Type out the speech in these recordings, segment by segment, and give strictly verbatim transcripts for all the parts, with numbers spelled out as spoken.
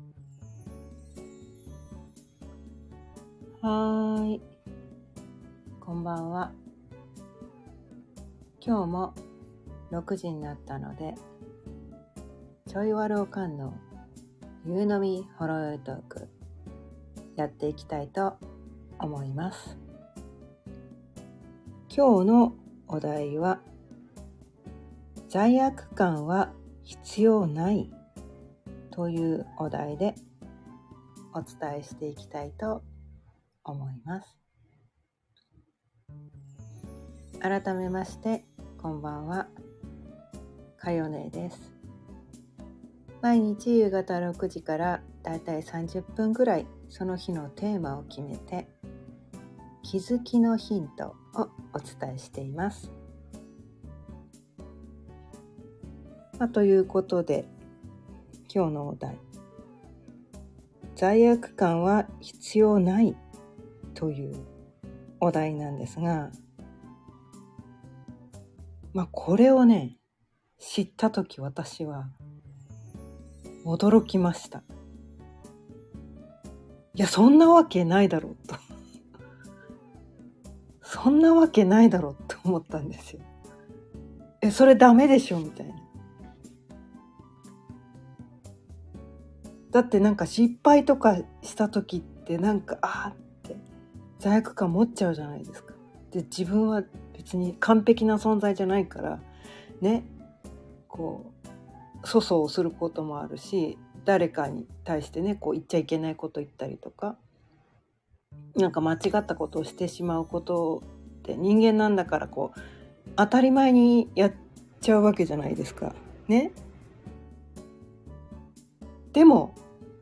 はーい、こんばんは。今日もろくじになったので、ちょいわるおかんの夕飲みほろよいトークやっていきたいと思います。今日のお題は、罪悪感は必要ないというお題でお伝えしていきたいと思います。改めましてこんばんは、かよねです。毎日夕方ろくじからだいたいさんじゅっぷんぐらいその日のテーマを決めて気づきのヒントをお伝えしています。まあ、ということで今日のお題、罪悪感は必要ないというお題なんですが、まあこれをね知ったとき私は驚きました。いや、そんなわけないだろうとそんなわけないだろうと思ったんですよ。え、それダメでしょみたいな。だってなんか失敗とかした時ってなんかあーって罪悪感持っちゃうじゃないですか。で、自分は別に完璧な存在じゃないからね、こう粗相をすることもあるし、誰かに対してねこう言っちゃいけないこと言ったりとか、なんか間違ったことをしてしまうことって人間なんだからこう当たり前にやっちゃうわけじゃないですかね。でも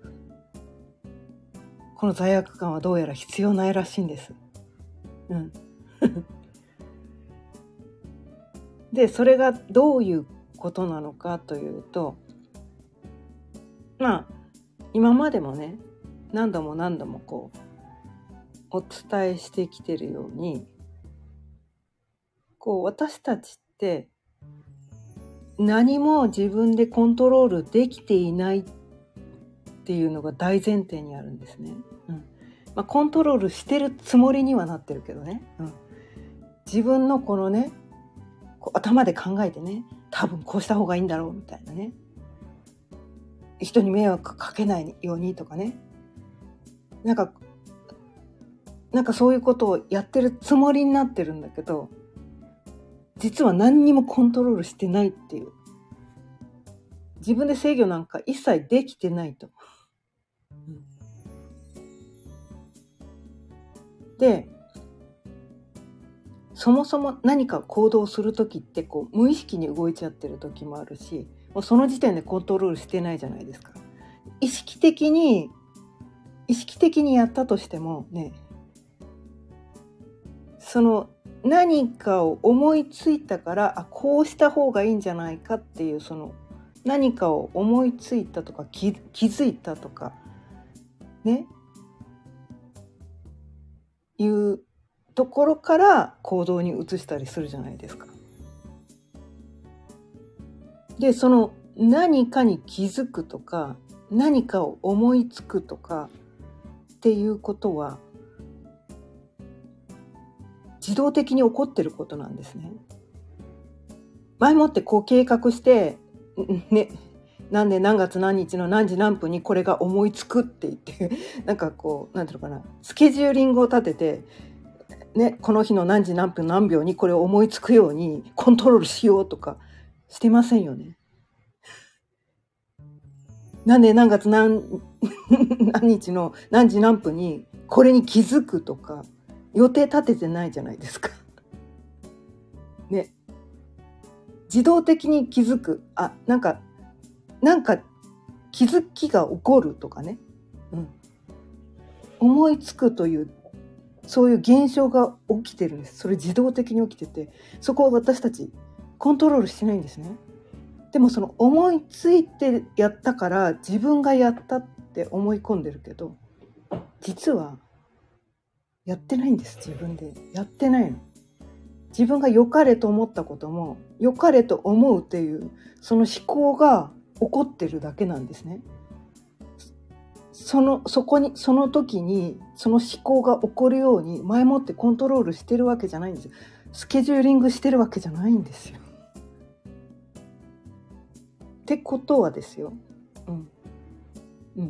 この罪悪感はどうやら必要ないらしいんです。うんで、それがどういうことなのかというと、まあ今までもね何度も何度もこうお伝えしてきてるように、こう私たちって何も自分でコントロールできていないっていうのが大前提にあるんですね。うんまあ、コントロールしてるつもりにはなってるけどね、うん、自分のこのねこう頭で考えてね、多分こうした方がいいんだろうみたいなね、人に迷惑かけないようにとかね、なんかなんかそういうことをやってるつもりになってるんだけど、実は何にもコントロールしてないっていう、自分で制御なんか一切できてないと、うん、でそもそも何か行動するときってこう無意識に動いちゃってる時もあるし、もうその時点でコントロールしてないじゃないですか。意識的に意識的にやったとしてもね、その何かを思いついたから、あ、こうした方がいいんじゃないかっていう、その何かを思いついたとか 気, 気づいたとかねいうところから行動に移したりするじゃないですか。で、その何かに気づくとか何かを思いつくとかっていうことは自動的に起こってることなんですね。前もってこう計画してね、何年何月何日の何時何分にこれが思いつくって言ってなんかこうなんていうのかな、スケジューリングを立ててね、この日の何時何分何秒にこれを思いつくようにコントロールしようとかしてませんよね。何年何月 何, 何日の何時何分にこれに気づくとか予定立ててないじゃないですかね。自動的に気づく、あ、なんかなんか気づきが起こるとかね、うん、思いつくというそういう現象が起きてるんです。それ自動的に起きてて、そこを私たちコントロールしてないんですね。でもその思いついてやったから自分がやったって思い込んでるけど、実はやってないんです。自分でやってないの。自分が良かれと思ったことも良かれと思うっていうその思考が起こってるだけなんですね。 その、そこに、その時に、その思考が起こるように、前もってコントロールしてるわけじゃないんですよ。スケジューリングしてるわけじゃないんですよ。ってことはですよ。うん。うん。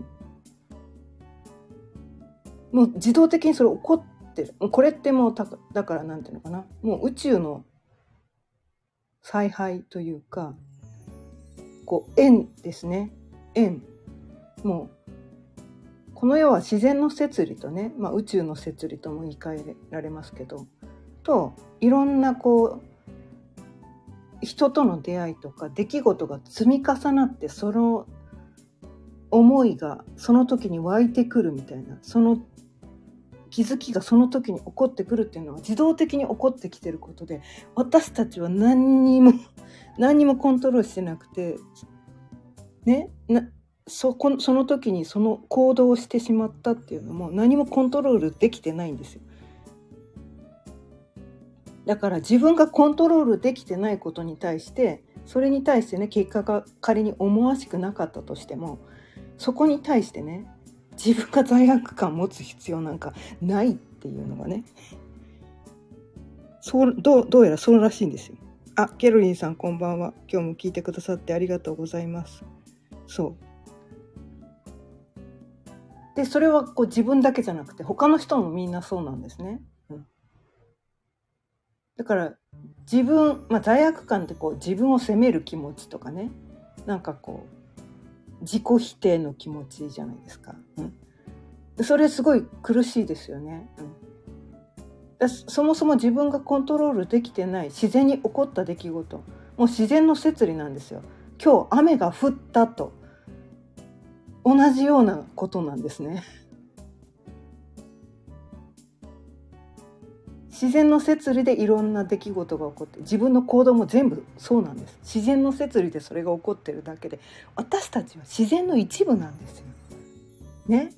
もう自動的にそれ起こってる。これってもうた、だからなんていうのかな。もう宇宙の采配というか、こう、縁ですね。縁。もう、この世は自然の摂理とね、まあ、宇宙の摂理とも言い換えられますけど、といろんなこう人との出会いとか出来事が積み重なって、その思いがその時に湧いてくるみたいな、その気づきがその時に起こってくるっていうのは自動的に起こってきてることで、私たちは何にも何にもコントロールしてなくてね、なそこその時にその行動をしてしまったっていうのも何もコントロールできてないんですよ。だから自分がコントロールできてないことに対して、それに対してね、結果が仮に思わしくなかったとしても、そこに対してね、自分が罪悪感持つ必要なんかないっていうのがね、そうどうどうやらそうらしいんですよ。あ、ケロリンさんこんばんは。今日も聞いてくださってありがとうございます。そうで、それはこう自分だけじゃなくて他の人もみんなそうなんですね。うん、だから自分、まあ、罪悪感ってこう自分を責める気持ちとかね、なんかこう自己否定の気持ちじゃないですか。うん、それすごい苦しいですよね。うん、だそもそも自分がコントロールできてない自然に起こった出来事、もう自然の摂理なんですよ。今日雨が降ったと同じようなことなんですね。自然の摂理でいろんな出来事が起こって、自分の行動も全部そうなんです。自然の摂理でそれが起こってるだけで、私たちは自然の一部なんですよね。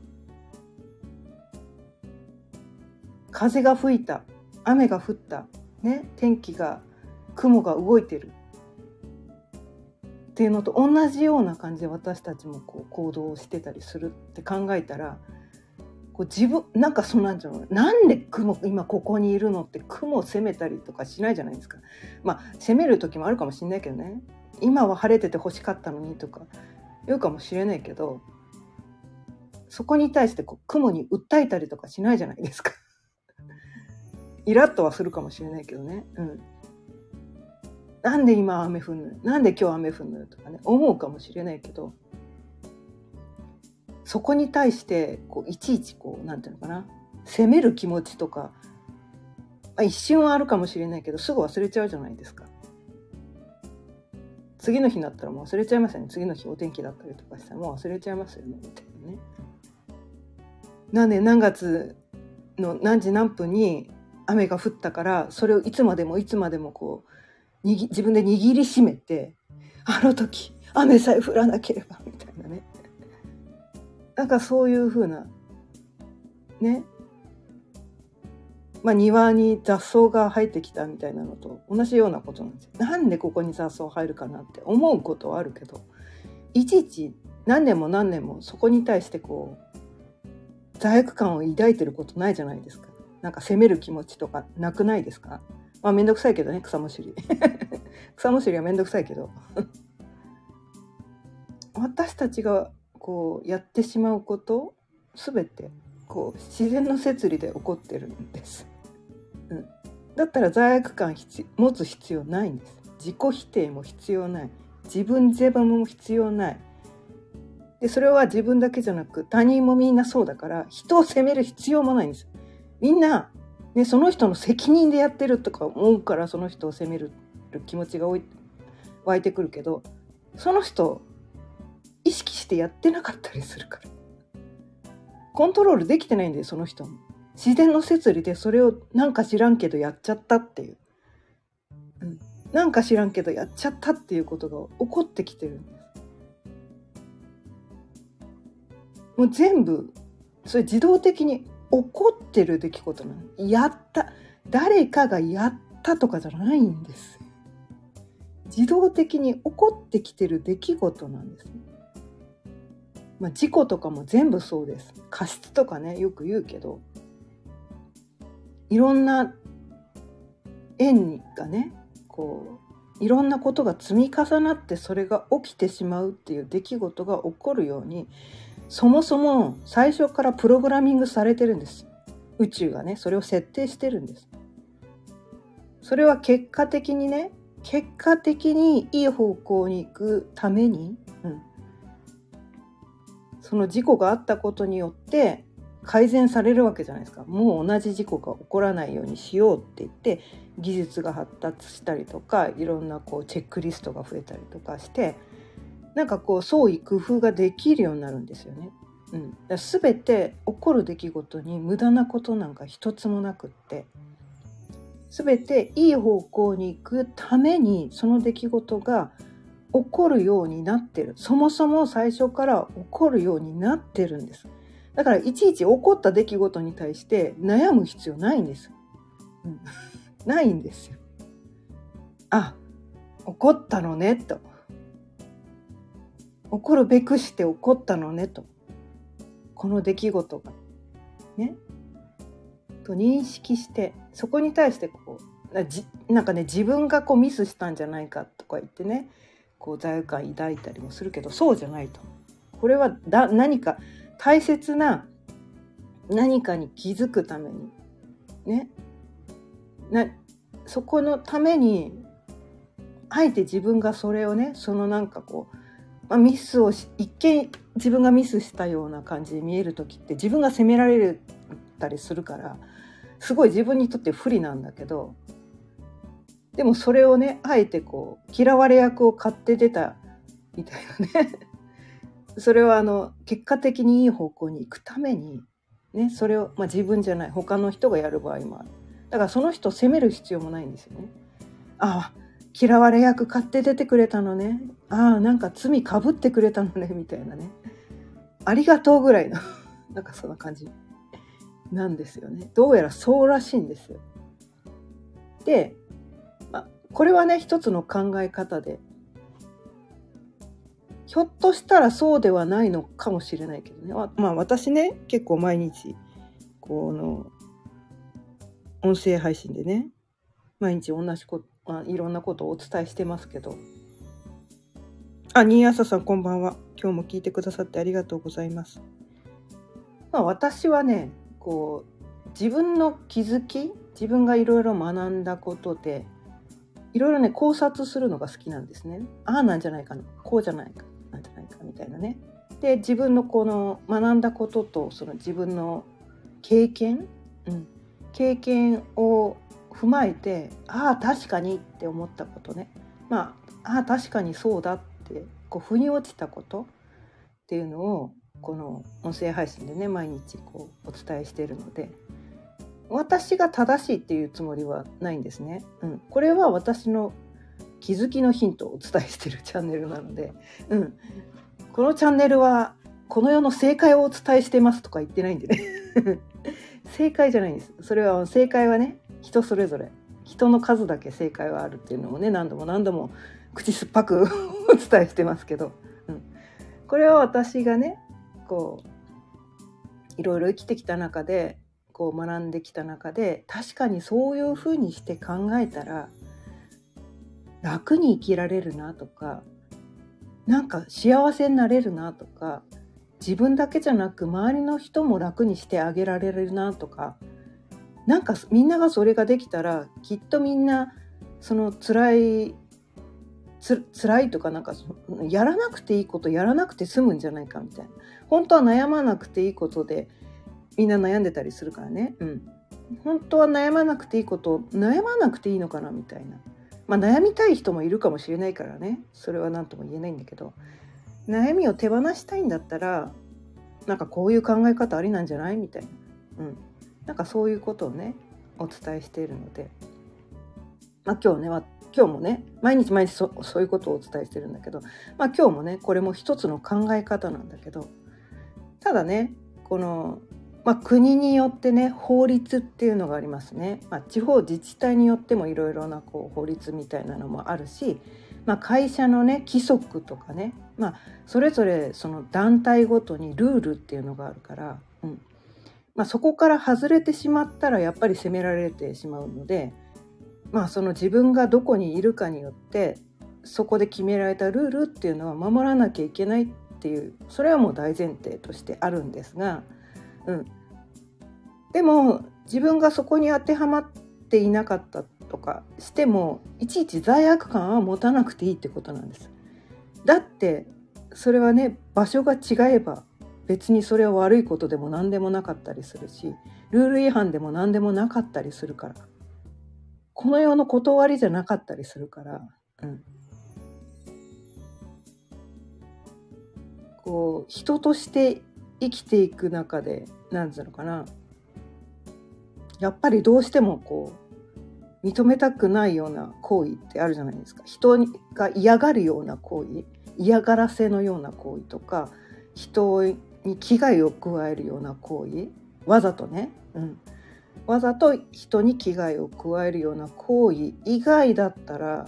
風が吹いた、雨が降った、ね、天気が雲が動いてるっていうのと同じような感じで、私たちもこう行動をしてたりするって考えたら、こう自分なんかそうなんじゃない、なんで雲今ここにいるのって雲を責めたりとかしないじゃないですか。まあ責める時もあるかもしれないけどね、今は晴れてて欲しかったのにとか言うかもしれないけど、そこに対してこう雲に訴えたりとかしないじゃないですか。イラッとはするかもしれないけどね、うん、なんで今雨降るの、なんで今日雨降るのとかね思うかもしれないけど、そこに対してこういちいちこうなんていうのかな、責める気持ちとか、まあ、一瞬はあるかもしれないけどすぐ忘れちゃうじゃないですか。次の日になったらもう忘れちゃいますよね。次の日お天気だったりとかしたらもう忘れちゃいますよねみたいなね。何年何月の何時何分に雨が降ったから、それをいつまでもいつまでもこうにぎ自分で握りしめて、あの時雨さえ降らなければみたいなね、なんかそういう風なね、まあ、庭に雑草が生えてきたみたいなのと同じようなことなんですよ。なんでここに雑草生えるかなって思うことはあるけど、いちいち何年も何年もそこに対してこう罪悪感を抱いてることないじゃないですか。なんか責める気持ちとかなくないですか。まあめんどくさいけどね、草むしり草むしりはめんどくさいけど私たちがこうやってしまうこと全てこう自然の摂理で起こってるんです、うん、だったら罪悪感持つ必要ないんです。自己否定も必要ない、自分自分も必要ない。でそれは自分だけじゃなく他人もみんなそうだから、人を責める必要もないんです。みんな、ね、その人の責任でやってるとか思うからその人を責める気持ちが湧いてくるけど、その人意識してやってなかったりするから、コントロールできてないんだよ。その人も自然の摂理でそれをなんか知らんけどやっちゃったっていう、うん、なんか知らんけどやっちゃったっていうことが起こってきてるんです。もう全部それ自動的に起こってる出来事なの。やった誰かがやったとかじゃないんです。自動的に起こってきてる出来事なんですね。 まあ、事故とかも全部そうです。過失とかねよく言うけど、いろんな縁がねこういろんなことが積み重なってそれが起きてしまうっていう出来事が起こるように、そもそも最初からプログラミングされてるんです。宇宙がねそれを設定してるんです。それは結果的にね結果的にいい方向に行くために、うん、その事故があったことによって改善されるわけじゃないですか。もう同じ事故が起こらないようにしようって言って技術が発達したりとか、いろんなこうチェックリストが増えたりとかして、なんかこう創意工夫ができるようになるんですよね。うん、だ全て起こる出来事に無駄なことなんか一つもなくって、全ていい方向に行くためにその出来事が起こるようになってる。そもそも最初から起こるようになってるんです。だからいちいち起こった出来事に対して悩む必要ないんです。うん、ないんですよ。あ、起こったのねと。起こるべくして起こったのねと。この出来事がねと認識して、そこに対してこうじなんかね自分がこうミスしたんじゃないかとか言ってねこう罪悪感抱いたりもするけど、そうじゃないと。これはだ何か大切な何かに気づくためにねなそこのためにあえて自分がそれをねそのなんかこう、まあ、ミスをし一見自分がミスしたような感じで見える時って自分が責められたりするからすごい自分にとって不利なんだけど、でもそれをねあえてこう嫌われ役を買って出たみたいなねそれはあの結果的にいい方向に行くためにね、それを、まあ、自分じゃない他の人がやる場合もある。だからその人を責める必要もないんですよね。ああ嫌われ役買って出てくれたのね、ああなんか罪かぶってくれたのねみたいなね、ありがとうぐらいのなんかそんな感じなんですよね。どうやらそうらしいんですよ。で、まあ、これはね一つの考え方で、ひょっとしたらそうではないのかもしれないけどね。まあ私ね結構毎日この音声配信でね毎日同じことあいろんなことをお伝えしてますけど、あ新朝さんこんばんは。今日も聞いてくださってありがとうございます。まあ私はねこう自分の気づき自分がいろいろ学んだことでいろいろね考察するのが好きなんですね。ああなんじゃないかなこうじゃないかなんじゃないかみたいなね。で自分のこの学んだこととその自分の経験、うん、経験を踏まえてああ確かにって思ったことね、まあああ確かにそうだってこう腑に落ちたことっていうのをこの音声配信でね毎日こうお伝えしているので、私が正しいっていうつもりはないんですね、うん、これは私の気づきのヒントをお伝えしているチャンネルなので、うん、このチャンネルはこの世の正解をお伝えしてますとか言ってないんでね正解じゃないんです。それは正解はね人それぞれ、人の数だけ正解はあるっていうのをね何度も何度も口酸っぱくお伝えしてますけど、うん、これは私がねこういろいろ生きてきた中でこう学んできた中で確かにそういうふうにして考えたら楽に生きられるなとか、なんか幸せになれるなとか、自分だけじゃなく周りの人も楽にしてあげられるなとか、なんかみんながそれができたらきっとみんなその辛いつ辛いとかなんかやらなくていいことやらなくて済むんじゃないかみたいな。本当は悩まなくていいことでみんな悩んでたりするからね、うん、本当は悩まなくていいこと悩まなくていいのかなみたいな。まあ悩みたい人もいるかもしれないからね、それは何とも言えないんだけど、悩みを手放したいんだったらなんかこういう考え方ありなんじゃないみたいな、うん、なんかそういうことをねお伝えしているので、まあ今日ね今日もね毎日毎日 そ, そういうことをお伝えしてるんだけど、まあ今日もねこれも一つの考え方なんだけど、ただねこの、まあ、国によってね法律っていうのがありますね、まあ、地方自治体によってもいろいろなこう法律みたいなのもあるし、まあ、会社のね規則とかねまあそれぞれその団体ごとにルールっていうのがあるから、うんまあ、そこから外れてしまったらやっぱり責められてしまうので、まあその自分がどこにいるかによってそこで決められたルールっていうのは守らなきゃいけないっていう、それはもう大前提としてあるんですが、うん、でも自分がそこに当てはまっていなかったとかしてもいちいち罪悪感は持たなくていいってことなんです。だってそれはね、場所が違えば別にそれは悪いことでも何でもなかったりするし、ルール違反でも何でもなかったりするから、この世の断りじゃなかったりするから、うん、こう人として生きていく中でなんていうのかな、やっぱりどうしてもこう認めたくないような行為ってあるじゃないですか。人が嫌がるような行為、嫌がらせのような行為とか、人に危害を加えるような行為、わざとね、うん、わざと人に危害を加えるような行為以外だったら、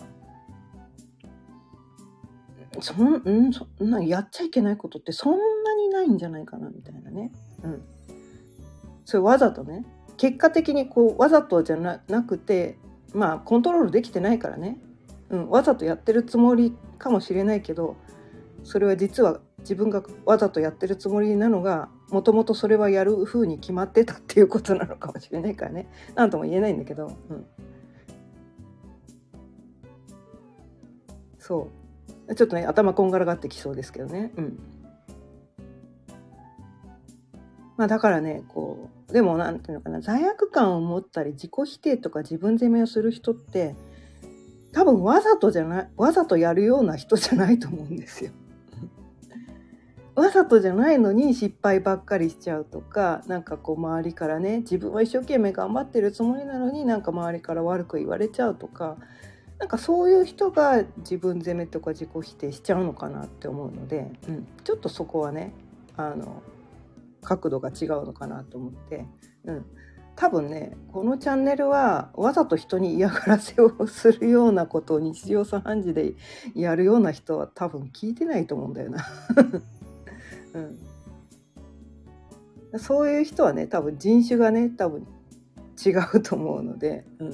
そん、うん、そんなやっちゃいけないことってそんなにないんじゃないかなみたいなね、うん、それわざとね、結果的にこうわざとじゃ な, なくて、まあコントロールできてないからね、うん、わざとやってるつもりかもしれないけど、それは実は自分がわざとやってるつもりなのが、もともとそれはやる風に決まってたっていうことなのかもしれないからね、なんとも言えないんだけど、うん、そうちょっとね頭こんがらがってきそうですけどね、うんまあ、だからねこうでもなんていうのかな、罪悪感を持ったり自己否定とか自分責めをする人って多分わざとじゃない、わざとやるような人じゃないと思うんですよ。わざとじゃないのに失敗ばっかりしちゃうとか、なんかこう周りからね、自分は一生懸命頑張ってるつもりなのになんか周りから悪く言われちゃうとか、なんかそういう人が自分責めとか自己否定しちゃうのかなって思うので、うん、ちょっとそこはねあの角度が違うのかなと思って、うん、多分ねこのチャンネルはわざと人に嫌がらせをするようなことを日常茶飯事でやるような人は多分聞いてないと思うんだよな、うん、そういう人はね多分人種がね多分違うと思うので、うん、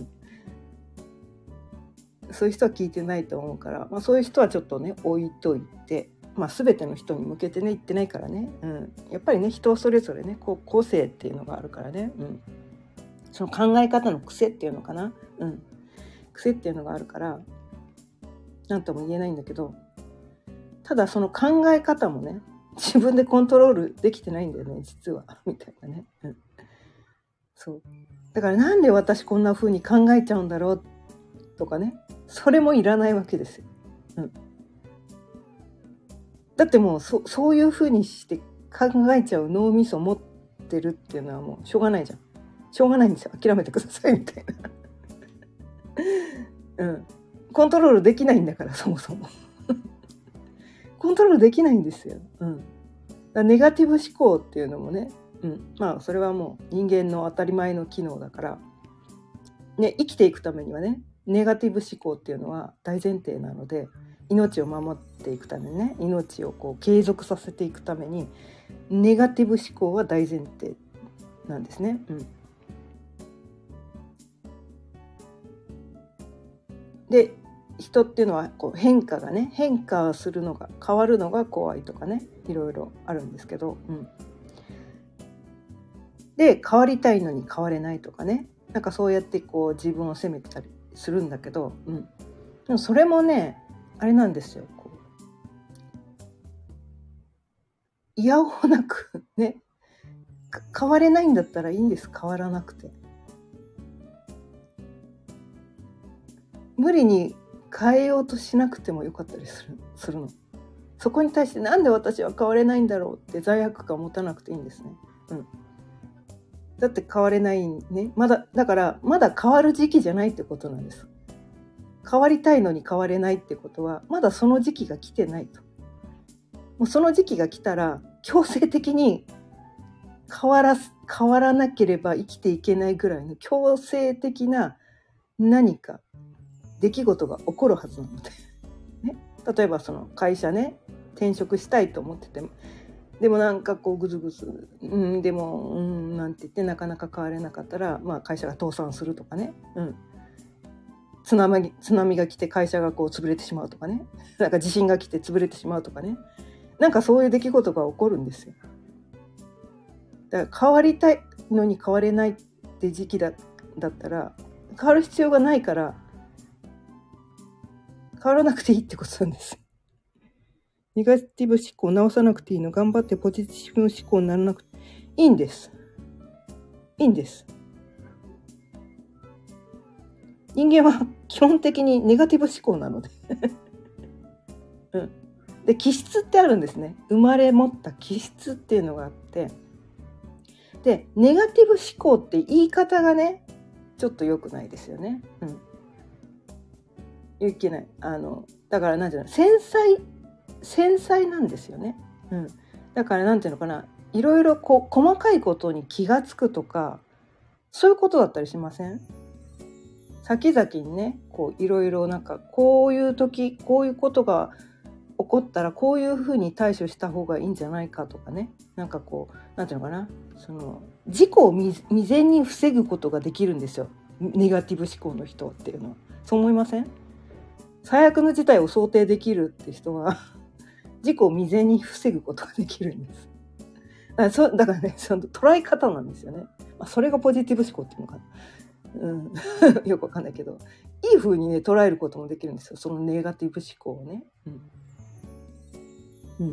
そういう人は聞いてないと思うから、まあ、そういう人はちょっとね置いといて、まあ、全ての人に向けてね言ってないからね、うん、やっぱりね人それぞれねこう個性っていうのがあるからね、うん、その考え方の癖っていうのかな、うん、癖っていうのがあるから何とも言えないんだけど、ただその考え方もね自分でコントロールできてないんだよね実はみたいなね、うん、そうだからなんで私こんな風に考えちゃうんだろうとかね、それもいらないわけですよ、うん、だってもう そ, そういう風にして考えちゃう脳みそ持ってるっていうのはもうしょうがないじゃん、しょうがないんですよ、諦めてくださいみたいな、うん、コントロールできないんだからそもそもコントロールできないんですよ、うん、だネガティブ思考っていうのもね、うん、まあそれはもう人間の当たり前の機能だから、ね、生きていくためにはねネガティブ思考っていうのは大前提なので、命を守っていくためにね、命をこう継続させていくためにネガティブ思考は大前提なんですね、うん、で人っていうのはこう変化がね変化するのが変わるのが怖いとかね、いろいろあるんですけど、うん、で変わりたいのに変われないとかね、なんかそうやってこう自分を責めてたりするんだけど、うん、でもそれもねあれなんですよ、こういやおうなくね変われないんだったらいいんです、変わらなくて。無理に変えようとしなくてもよかったりする、するの。そこに対してなんで私は変われないんだろうって罪悪感持たなくていいんですね、うん、だって変われないね、まだだからまだ変わる時期じゃないってことなんです。変わりたいのに変われないってことはまだその時期が来てないと。もうその時期が来たら強制的に変わらす変わらなければ生きていけないぐらいの強制的な何か出来事が起こるはずなので、ね、例えばその会社ね転職したいと思ってても、でもなんかこうぐずぐず、うん、でもうんなんて言ってなかなか変われなかったら、まあ、会社が倒産するとかね、うん、津波、津波が来て会社がこう潰れてしまうとかね、なんか地震が来て潰れてしまうとかね、なんかそういう出来事が起こるんですよ。だから変わりたいのに変われないって時期だ、だったら変わる必要がないから変わらなくていいってことなんです。ネガティブ思考を直さなくていいの。頑張ってポジティブ思考にならなくていいんです。いいんです。人間は基本的にネガティブ思考なので、うん、で気質ってあるんですね。生まれ持った気質っていうのがあって、でネガティブ思考って言い方がねちょっと良くないですよね。うん、いけない。あのだからなんていうの、繊細繊細なんですよね。うん、だからなんていうのかな、いろいろこう細かいことに気がつくとか、そういうことだったりしません？先々にね、こういろいろなんかこういう時こういうことが起こったらこういうふうに対処した方がいいんじゃないかとかね、なんかこうなんていうのかな、その事故を未然に防ぐことができるんですよ。ネガティブ思考の人っていうのは。そう思いません？最悪の事態を想定できるって人は事故を未然に防ぐことができるんです。だから、そだからね、その捉え方なんですよね。まあ、それがポジティブ思考っていうのかな。うん、よくわかんないけど、いい風にね捉えることもできるんですよ。そのネガティブ思考をね。うんうん、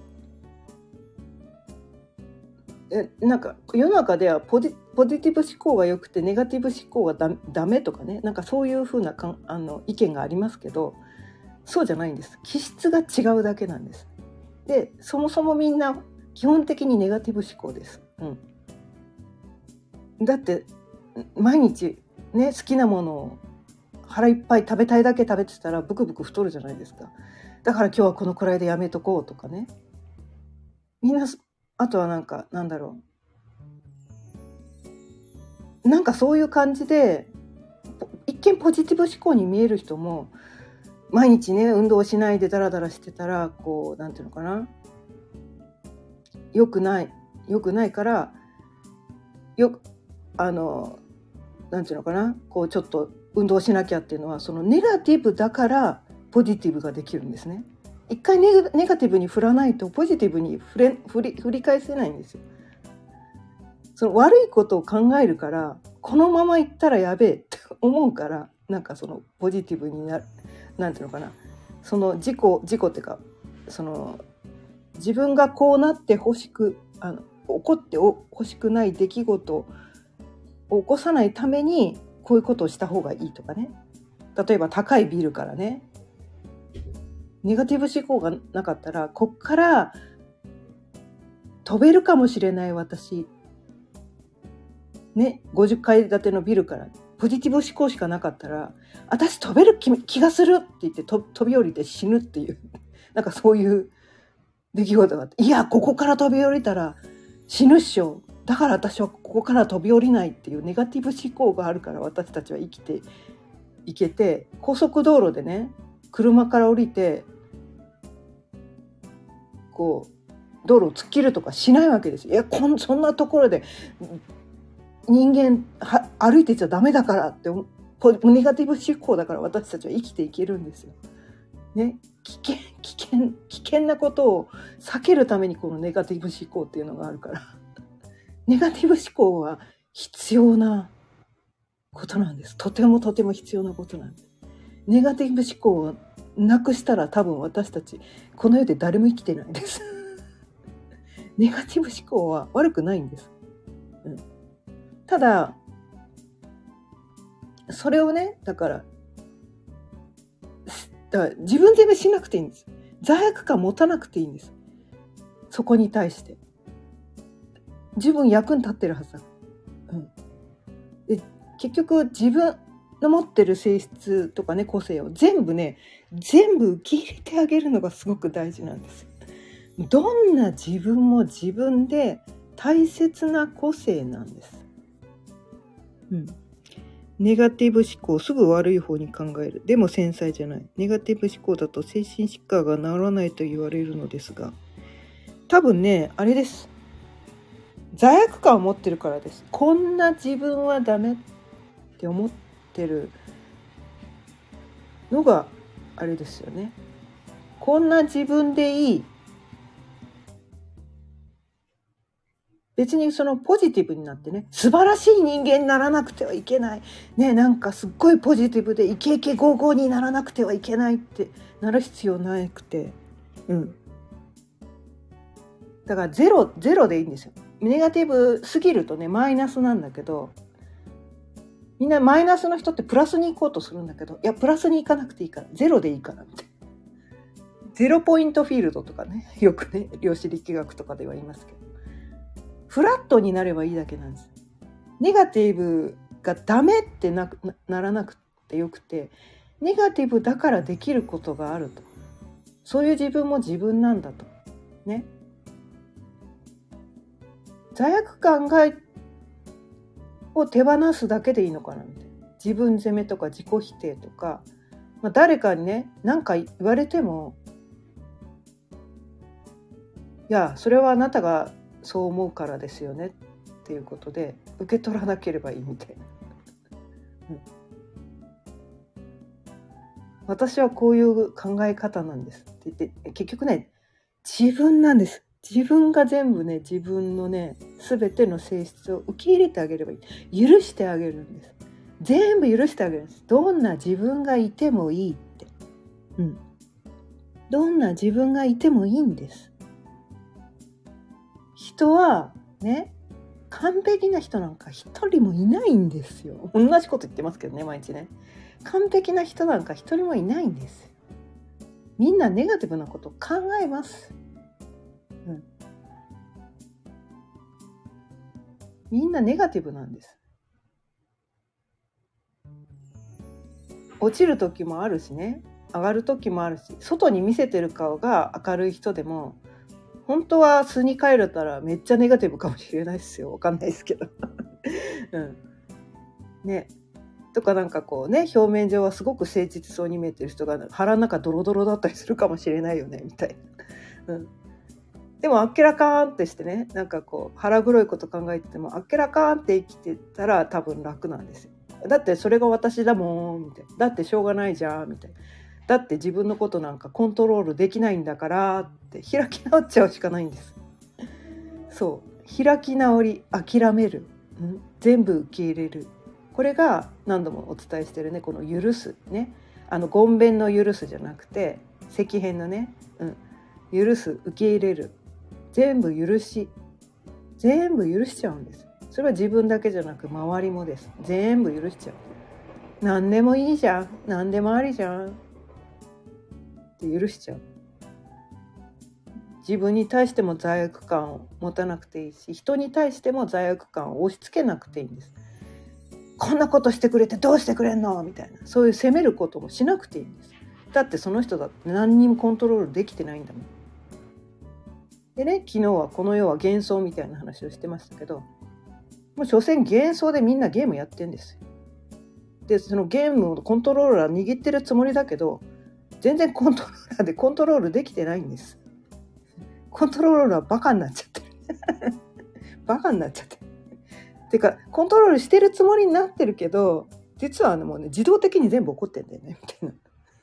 えなんか世の中ではポジ、ポジティブ思考が良くてネガティブ思考がダダメとかね、なんかそういう風なかんあの意見がありますけど、そうじゃないんです。気質が違うだけなんです。で、そもそもみんな基本的にネガティブ思考です。うん、だって毎日ね好きなものを腹いっぱい食べたいだけ食べてたらブクブク太るじゃないですか。だから今日はこのくらいでやめとこうとかね。みんなあとはなんかなんだろう、なんかそういう感じで一見ポジティブ思考に見える人も毎日ね運動しないでダラダラしてたらこうなんていうのかな、良くない良くないからよあのなんていうのかな、こうちょっと運動しなきゃっていうのはそのネガティブだからポジティブができるんですね。一回ネガ、ネガティブに振らないとポジティブに振れ振り振り返せないんですよ。その悪いことを考えるからこのままいったらやべえって思うから、なんかそのポジティブになる、なんていうのかな、その事故事故っていうか、その自分がこうなってほしくあの起こってほしくない出来事を起こさないためにこういうことをした方がいいとかね。例えば高いビルからね、ネガティブ思考がなかったらこっから飛べるかもしれない私ね、ごじゅっかい建てのビルからポジティブ思考しかなかったら私飛べる 気, 気がするって言ってと飛び降りて死ぬっていうなんかそういう出来事があって、いやここから飛び降りたら死ぬっしょ、だから私はここから飛び降りないっていうネガティブ思考があるから私たちは生きていけて、高速道路でね車から降りてこう道路を突っ切るとかしないわけですよ。いやこんそんなところで人間は歩いてちゃダメだからってネガティブ思考だから私たちは生きていけるんですよ。ね、危険危険危険なことを避けるためにこのネガティブ思考っていうのがあるからネガティブ思考は必要なことなんです。とてもとても必要なことなんです。ネガティブ思考をなくしたら多分私たちこの世で誰も生きてないですネガティブ思考は悪くないんです、うん、ただそれをねだからだから自分でしなくていいんです。罪悪感持たなくていいんです。そこに対して十分役に立ってるはずだ、うん、で結局自分の持ってる性質とかね個性を全部ね全部受け入れてあげるのがすごく大事なんです。どんな自分も自分で大切な個性なんです、うん、 ネガティブ思考、すぐ悪い方に考える。でも繊細じゃない。ネガティブ思考だと精神疾患が治らないと言われるのですが、多分ね、あれです。罪悪感を持ってるからです。こんな自分はダメって思ってるのがあれですよね。こんな自分でいい。別にそのポジティブになってね、素晴らしい人間にならなくてはいけない。ね、なんかすっごいポジティブでイケイケゴーゴーにならなくてはいけないってなる必要なくて。うん。だからゼロ、ゼロでいいんですよ。ネガティブすぎるとね、マイナスなんだけど、みんなマイナスの人ってプラスに行こうとするんだけど、いや、プラスに行かなくていいから、ゼロでいいからみたいな。ゼロポイントフィールドとかね、よくね、量子力学とかでは言いますけど。フラットになればいいだけなんです。ネガティブがダメって な, ならなくてよくて、ネガティブだからできることがあると。そういう自分も自分なんだと。ね。罪悪感がを手放すだけでいいのかなみたいな。自分責めとか自己否定とか、まあ、誰かにね、何か言われても、いや、それはあなたがそう思うからですよねっていうことで受け取らなければいいみたいな、うん、私はこういう考え方なんですって言って、結局ね、自分なんです。自分が全部ね、自分のね、全ての性質を受け入れてあげればいい。許してあげるんです。全部許してあげるんです。どんな自分がいてもいいって、うん、どんな自分がいてもいいんです。人はね、完璧な人なんか一人もいないんですよ。同じこと言ってますけどね、毎日ね。完璧な人なんか一人もいないんです。みんなネガティブなことを考えます。うん、みんなネガティブなんです。落ちる時もあるしね、上がる時もあるし、外に見せてる顔が明るい人でも、本当は素に帰れたらめっちゃネガティブかもしれないですよ。わかんないですけど。うん。ね。とかなんかこうね、表面上はすごく誠実そうに見えてる人が腹の中ドロドロだったりするかもしれないよね、みたいな。うん。でもあっけらかーんってしてね、なんかこう腹黒いこと考えててもあっけらかーんって生きてたら多分楽なんですよ。だってそれが私だもんみたいな。だってしょうがないじゃんみたいな。だって自分のことなんかコントロールできないんだからって開き直っちゃうしかないんです。そう開き直り、諦める、うん、全部受け入れる。これが何度もお伝えしてるね、この許すね、あのごんべんの許すじゃなくて石編のね、うん、許す、受け入れる、全部許し、全部許しちゃうんです。それは自分だけじゃなく周りもです。全部許しちゃう。何でもいいじゃん、何でもありじゃんって許しちゃう。自分に対しても罪悪感を持たなくていいし、人に対しても罪悪感を押し付けなくていいんです。こんなことしてくれてどうしてくれんのみたいな、そういう責めることもしなくていいんです。だってその人だって何にもコントロールできてないんだもん。でね、昨日はこの世は幻想みたいな話をしてましたけど、もう所詮幻想でみんなゲームやってんですよ。でそのゲームをコントローラー握ってるつもりだけど、全然コントローラーでコントロールできてないんです。コントローラーバカになっちゃってるバカになっちゃってるっていうか、コントロールしてるつもりになってるけど、実は、ね、もうね、自動的に全部起こってんだよねみたいな。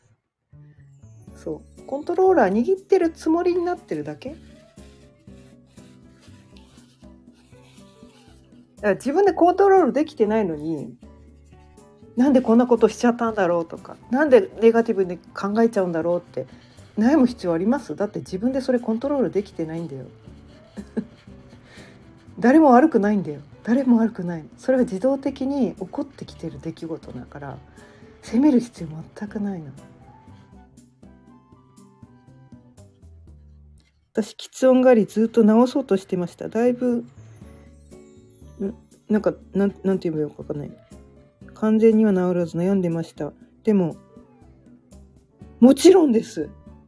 そうコントローラー握ってるつもりになってるだけだから自分でコントロールできてないのに、なんでこんなことしちゃったんだろうとか、なんでネガティブに考えちゃうんだろうって悩む必要あります？だって自分でそれコントロールできてないんだよ誰も悪くないんだよ。誰も悪くない。それは自動的に起こってきてる出来事だから、責める必要全くないの。私喫音狩りずっと直そうとしてました。だいぶなんかなん、なんて言えばよくわかんない。完全には治らず悩んでました。でももちろんです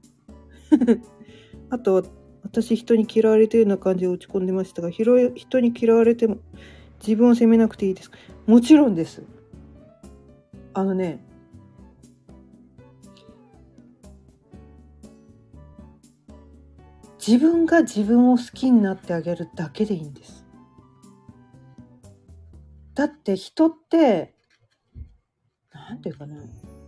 あとは私人に嫌われているような感じで落ち込んでましたが、人に嫌われても自分を責めなくていいですか？もちろんです。 あのね、自分が自分を好きになってあげるだけでいいんです。だって人ってなんていうかな、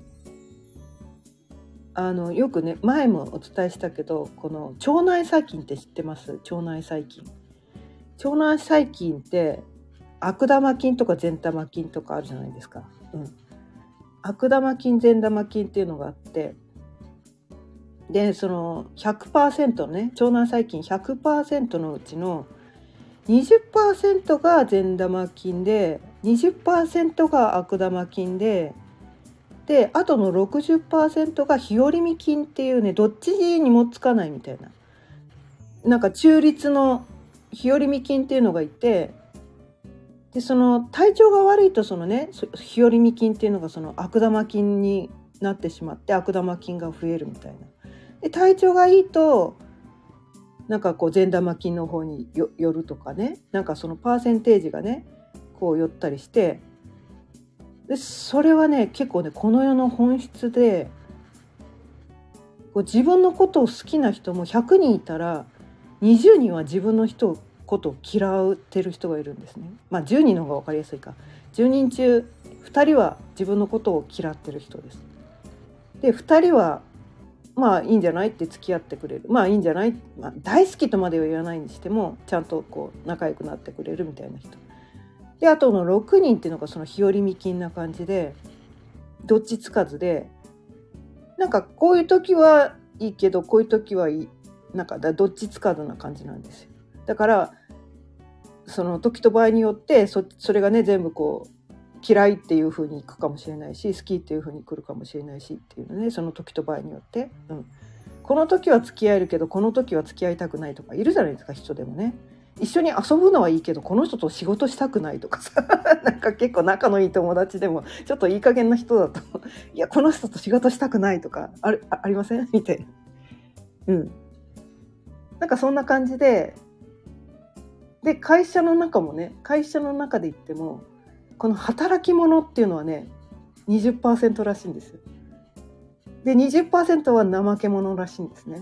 あのよくね、前もお伝えしたけど、この腸内細菌って知ってます？腸内細菌。腸内細菌って悪玉菌とか善玉菌とかあるじゃないですか。うん。悪玉菌善玉菌っていうのがあって、でその ひゃくパーセント ね、腸内細菌 ひゃくパーセント のうちの にじゅっパーセント が善玉菌で にじゅっパーセント が悪玉菌で、であとの ろくじゅっパーセント が日和見菌っていうね、どっちにもつかないみたいな、なんか中立の日和見菌っていうのがいて、でその体調が悪いとそのね、日和見菌っていうのがその悪玉菌になってしまって悪玉菌が増えるみたいな。で体調がいいとなんかこう善玉菌の方によ寄るとかね、なんかそのパーセンテージがねこう寄ったりして、でそれはね結構ねこの世の本質で、こう自分のことを好きな人もひゃくにんいたらにじゅうにんは自分の人ことを嫌ってる人がいるんですね。まあじゅうにんの方が分かりやすいか。じゅうにん中ふたりは自分のことを嫌ってる人です。でふたりはまあいいんじゃないって付き合ってくれる、まあいいんじゃない、まあ、大好きとまでは言わないにしてもちゃんとこう仲良くなってくれるみたいな人で、あとのろくにんっていうのがその日和見菌な感じで、どっちつかずで、なんかこういう時はいいけどこういう時はいい、なんかどっちつかずな感じなんですよ。だからその時と場合によって そ, それがね全部こう嫌いっていう風にいくかもしれないし、好きっていう風に来るかもしれないしっていうのね、その時と場合によって、うん、この時は付き合えるけどこの時は付き合いたくないとかいるじゃないですか、人でもね。一緒に遊ぶのはいいけどこの人と仕事したくないとかさなんか結構仲のいい友達でもちょっといい加減な人だといやこの人と仕事したくないとか あ, あ, ありませんみたいな。うん。なんかそんな感じで、で会社の中もね、会社の中で言ってもこの働き者っていうのはね にじゅっパーセント らしいんですよ。で にじゅっパーセント は怠け者らしいんですね。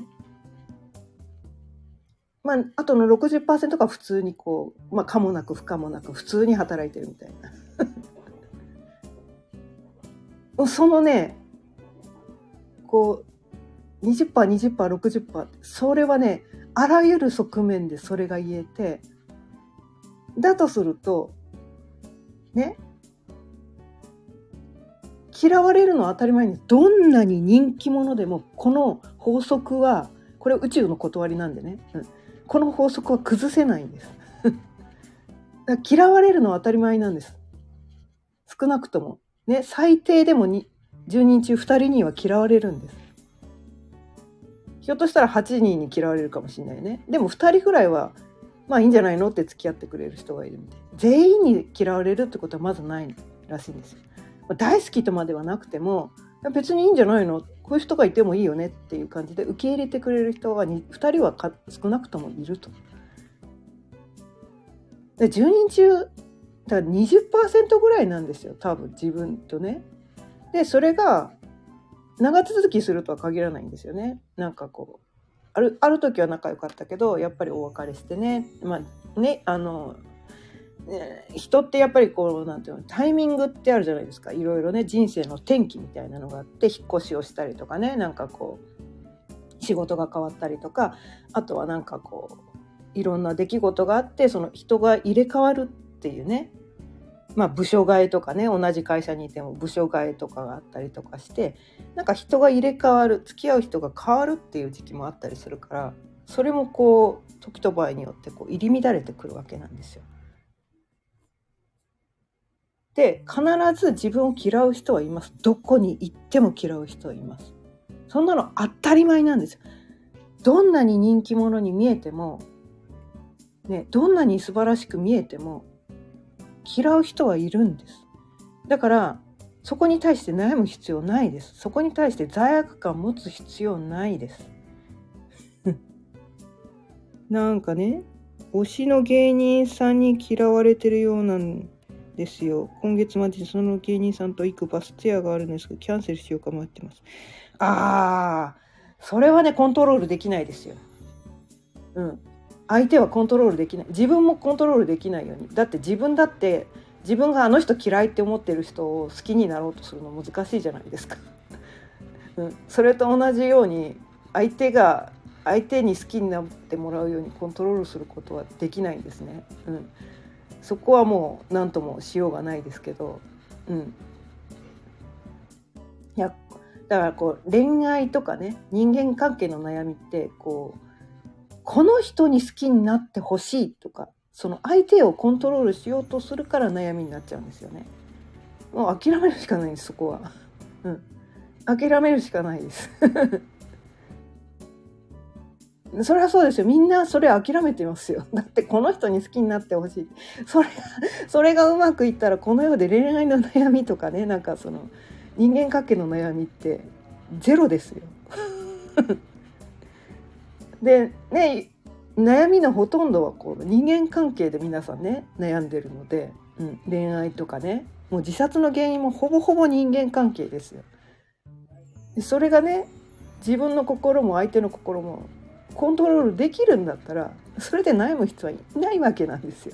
まあ、あとの ろくじゅっパーセント が普通にこう、まあ、可もなく不可もなく普通に働いてるみたいなそのねこう にじゅっパーセント、にじゅっパーセント、ろくじゅっパーセント それはねあらゆる側面でそれが言えて、だとするとね、嫌われるのは当たり前に、どんなに人気者でもこの法則は、これ宇宙の断りなんでね、うん、この法則は崩せないんですだから嫌われるのは当たり前なんです。少なくともね、最低でもにじゅうにん中ふたりには嫌われるんです。ひょっとしたらはちにんに嫌われるかもしれないね。でもふたりぐらいはまあいいんじゃないのって付き合ってくれる人がいるみたい。全員に嫌われるってことはまずないらしいんですよ。大好きとまではなくても別にいいんじゃないの、こういう人がいてもいいよねっていう感じで受け入れてくれる人はふたりはか少なくともいると。でじゅうにん中だから にじゅっパーセント ぐらいなんですよ多分自分とね。でそれが長続きするとは限らないんですよね。なんかこうあるある時は仲良かったけどやっぱりお別れしてね、まあね、あの人ってやっぱりこうなんていうの、タイミングってあるじゃないですか。いろいろね人生の転機みたいなのがあって、引っ越しをしたりとかね、なんかこう仕事が変わったりとか、あとはなんかこういろんな出来事があって、その人が入れ替わるっていうね、まあ部署替えとかね、同じ会社にいても部署替えとかがあったりとかして、なんか人が入れ替わる、付き合う人が変わるっていう時期もあったりするから、それもこう時と場合によってこう入り乱れてくるわけなんですよ。で必ず自分を嫌う人はいます。どこに行っても嫌う人はいます。そんなの当たり前なんですよ。どんなに人気者に見えても、ね、どんなに素晴らしく見えても嫌う人はいるんです。だからそこに対して悩む必要ないです。そこに対して罪悪感持つ必要ないですなんかね、推しの芸人さんに嫌われてるようなですよ。今月までその芸人さんと行くバスツアーがあるんですけど、キャンセルしようか迷ってます。ああ、それはね、コントロールできないですよ。うん。相手はコントロールできない。自分もコントロールできないように。だって自分だって、自分があの人嫌いって思ってる人を好きになろうとするの難しいじゃないですか。うん。それと同じように、相手が、相手に好きになってもらうようにコントロールすることはできないんですね。うん。そこはもう何ともしようがないですけど、うん、いやだからこう恋愛とかね、人間関係の悩みってこうこの人に好きになってほしいとか、その相手をコントロールしようとするから悩みになっちゃうんですよね。もう諦めるしかないんです、そこは。うん、諦めるしかないです。それはそうですよ。みんなそれ諦めてますよ。だってこの人に好きになってほしい。それが、それがうまくいったらこの世で恋愛の悩みとかね、なんかその人間関係の悩みってゼロですよ。でね、悩みのほとんどはこう人間関係で皆さんね悩んでるので、うん、恋愛とかね、もう自殺の原因もほぼほぼ人間関係ですよ。でそれがね、自分の心も相手の心もコントロールできるんだったら、それで悩む人はいないわけなんですよ。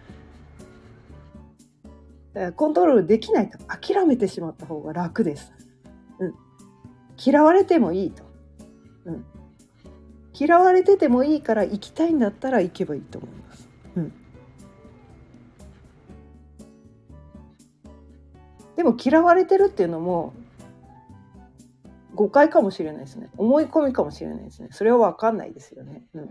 だからコントロールできないと諦めてしまった方が楽です。うん、嫌われてもいいと、うん、嫌われててもいいから行きたいんだったら行けばいいと思います。うん、でも嫌われてるっていうのも誤解かもしれないですね。思い込みかもしれないですね。それは分かんないですよね。うん、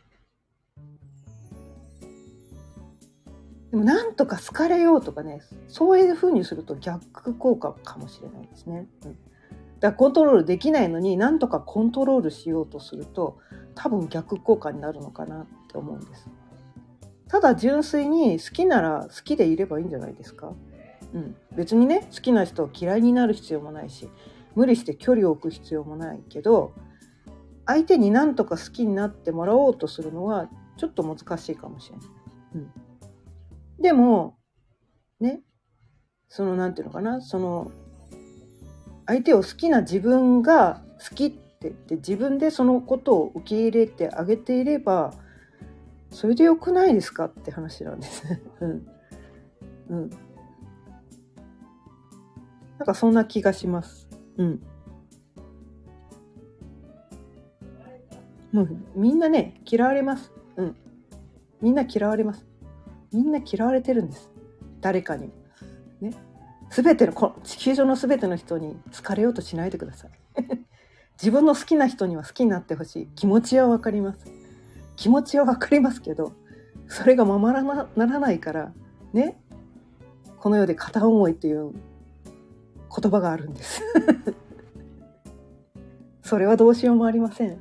でもなんとか好かれようとかね、そういう風にすると逆効果かもしれないですね。うん、だからコントロールできないのになんとかコントロールしようとすると多分逆効果になるのかなって思うんです。ただ純粋に好きなら好きでいればいいんじゃないですか。うん、別にね、好きな人を嫌いになる必要もないし、無理して距離を置く必要もないけど、相手に何とか好きになってもらおうとするのはちょっと難しいかもしれない。うん、でもね、そのなんていうのかな、その相手を好きな自分が好きって言って自分でそのことを受け入れてあげていれば、それでよくないですかって話なんです。うんうん、なんかそんな気がします。うん。もうみんなね、嫌われます。うん。みんな嫌われます。みんな嫌われてるんです。誰かに。ね。すべての、こ地球上のすべての人に好かれようとしないでください。自分の好きな人には好きになってほしい。気持ちはわかります。気持ちはわかりますけど、それがままならないから、ね。この世で片思いっていう言葉があるんです。それはどうしようもありません。うん、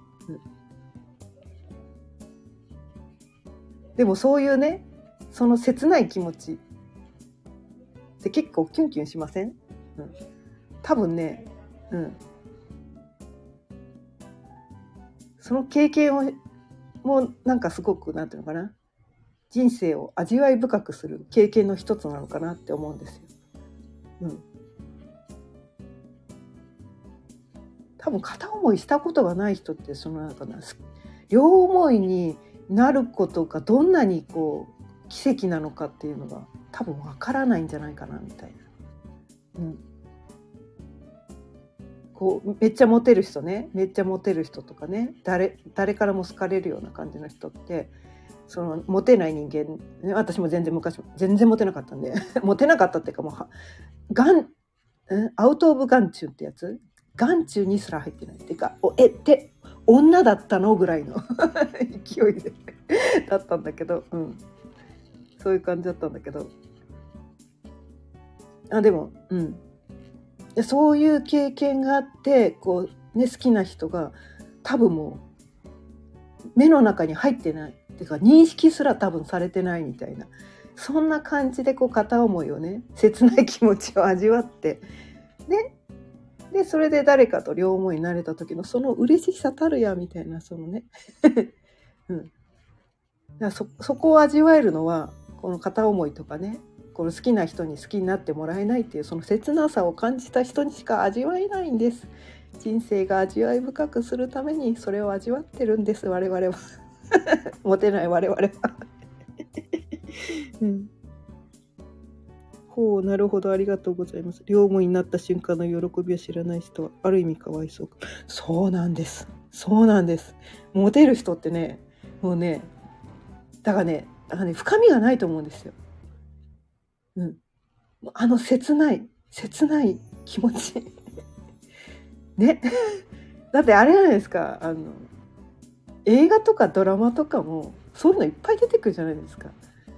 でもそういうね、その切ない気持ちって結構キュンキュンしません？うん、多分ね、うん、その経験をもうなんかすごくなんていうのかな、人生を味わい深くする経験の一つなのかなって思うんですよ。うん、多分片思いしたことがない人ってそのなんかな、両思いになることがどんなにこう奇跡なのかっていうのが多分わからないんじゃないかなみたいな。うん、こうめっちゃモテる人ね、めっちゃモテる人とかね、誰誰からも好かれるような感じの人って、そのモテない人間、ね、私も全然昔全然モテなかったんでモテなかったっていうかもうガンアウトオブ眼中ってやつ、眼中にすら入ってないっていうか、おえって女だったのぐらいの勢いでだったんだけど、うん、そういう感じだったんだけど、あでも、うん、そういう経験があってこう、ね、好きな人が多分もう目の中に入ってないっていうか認識すら多分されてないみたいな、そんな感じでこう片思いをね、切ない気持ちを味わってね、でそれで誰かと両思いになれた時のその嬉しさたるやみたいな、そのね、うん、だから そ, そこを味わえるのはこの片思いとかね、 この好きな人に好きになってもらえないっていうその切なさを感じた人にしか味わえないんです。人生が味わい深くするためにそれを味わってるんです、我々はモテない我々は、うん、ほう、なるほど、ありがとうございます。両思いになった瞬間の喜びを知らない人はある意味かわいそうか。そうなんです、そうなんです。モテる人ってね、もうね、だからね、だからね、深みがないと思うんですよ。うん、あの切ない切ない気持ちねだってあれじゃないですか、あの映画とかドラマとかもそういうのいっぱい出てくるじゃないですか。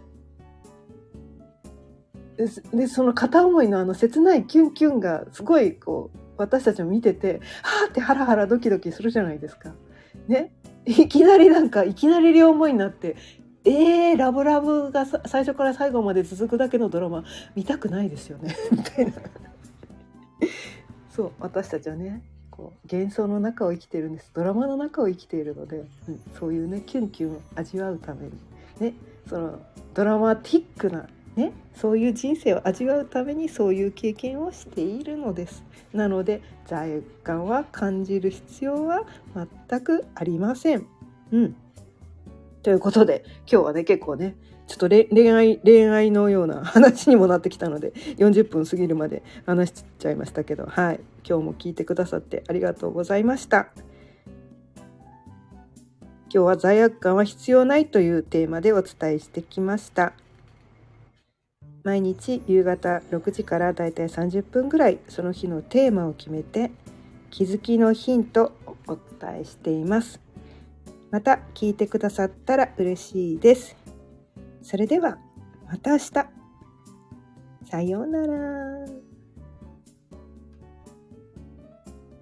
で, でその片思いのあの切ないキュンキュンがすごいこう私たちも見てて、はーってハラハラドキドキするじゃないですか。ね、いきなりなんかいきなり両思いになって、えー、ラブラブが最初から最後まで続くだけのドラマ見たくないですよねみたいな。そう、私たちはね、こう幻想の中を生きているんです。ドラマの中を生きているので、うん、そういうねキュンキュンを味わうためにね、そのドラマティックなね、そういう人生を味わうためにそういう経験をしているのです。なので罪悪感は感じる必要は全くありません。うん。ということで今日はね結構ねちょっと恋愛恋愛のような話にもなってきたのでよんじゅっぷん過ぎるまで話しちゃいましたけど、はい、今日も聞いてくださってありがとうございました。今日は罪悪感は必要ないというテーマでお伝えしてきました。毎日夕方ろくじからだいたいさんじゅっぷんぐらいその日のテーマを決めて気づきのヒントをお伝えしています。また聞いてくださったら嬉しいです。それではまた明日。さようなら。